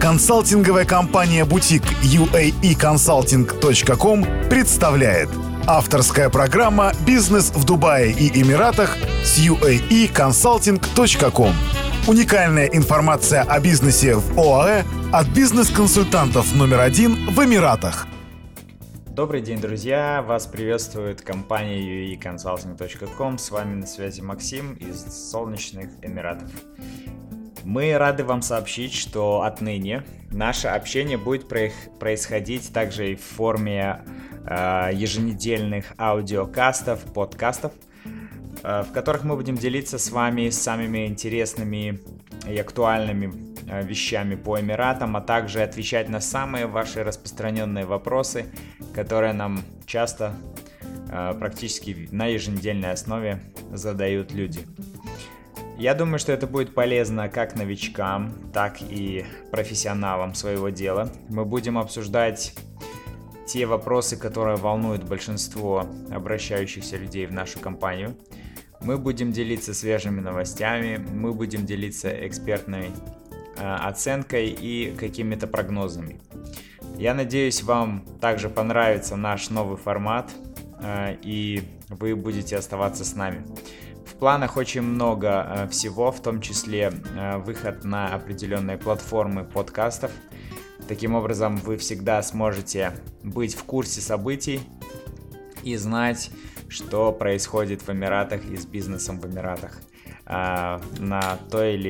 Консалтинговая компания-бутик UAEconsulting.com представляет авторская программа «Бизнес в Дубае и Эмиратах» с UAEconsulting.com. Уникальная информация о бизнесе в ОАЭ от бизнес-консультантов номер 1 в Эмиратах. Добрый день, друзья! Вас приветствует компания UAEconsulting.com. С вами на связи Максим из солнечных Эмиратов. Мы рады вам сообщить, что отныне наше общение будет происходить также и в форме еженедельных аудиокастов, подкастов, в которых мы будем делиться с вами самыми интересными и актуальными вещами по Эмиратам, а также отвечать на самые ваши распространенные вопросы, которые нам часто, практически на еженедельной основе задают люди. Я думаю, что это будет полезно как новичкам, так и профессионалам своего дела. Мы будем обсуждать те вопросы, которые волнуют большинство обращающихся людей в нашу компанию. Мы будем делиться свежими новостями, мы будем делиться экспертной оценкой и какими-то прогнозами. Я надеюсь, вам также понравится наш новый формат, и вы будете оставаться с нами. В планах очень много всего, в том числе выход на определенные платформы подкастов. Таким образом, вы всегда сможете быть в курсе событий и знать, что происходит в Эмиратах и с бизнесом в Эмиратах на ту или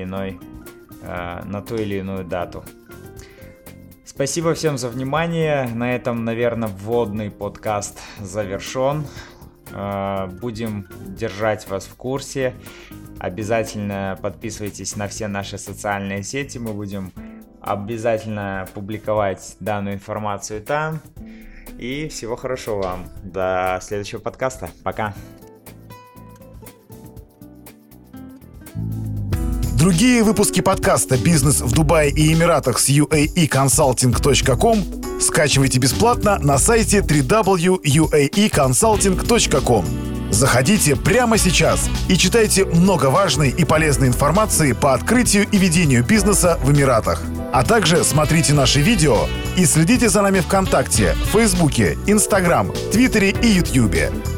иную дату. Спасибо всем за внимание. На этом, наверное, вводный подкаст завершен. Будем держать вас в курсе. Обязательно подписывайтесь на все наши социальные сети. Мы будем обязательно публиковать данную информацию там. И всего хорошего вам. До следующего подкаста. Пока. Другие выпуски подкаста «Бизнес в Дубае и Эмиратах» с UAEconsulting.com скачивайте бесплатно на сайте www.uaeconsulting.com. Заходите прямо сейчас и читайте много важной и полезной информации по открытию и ведению бизнеса в Эмиратах. А также смотрите наши видео и следите за нами ВКонтакте, Фейсбуке, Инстаграм, Твиттере и Ютьюбе.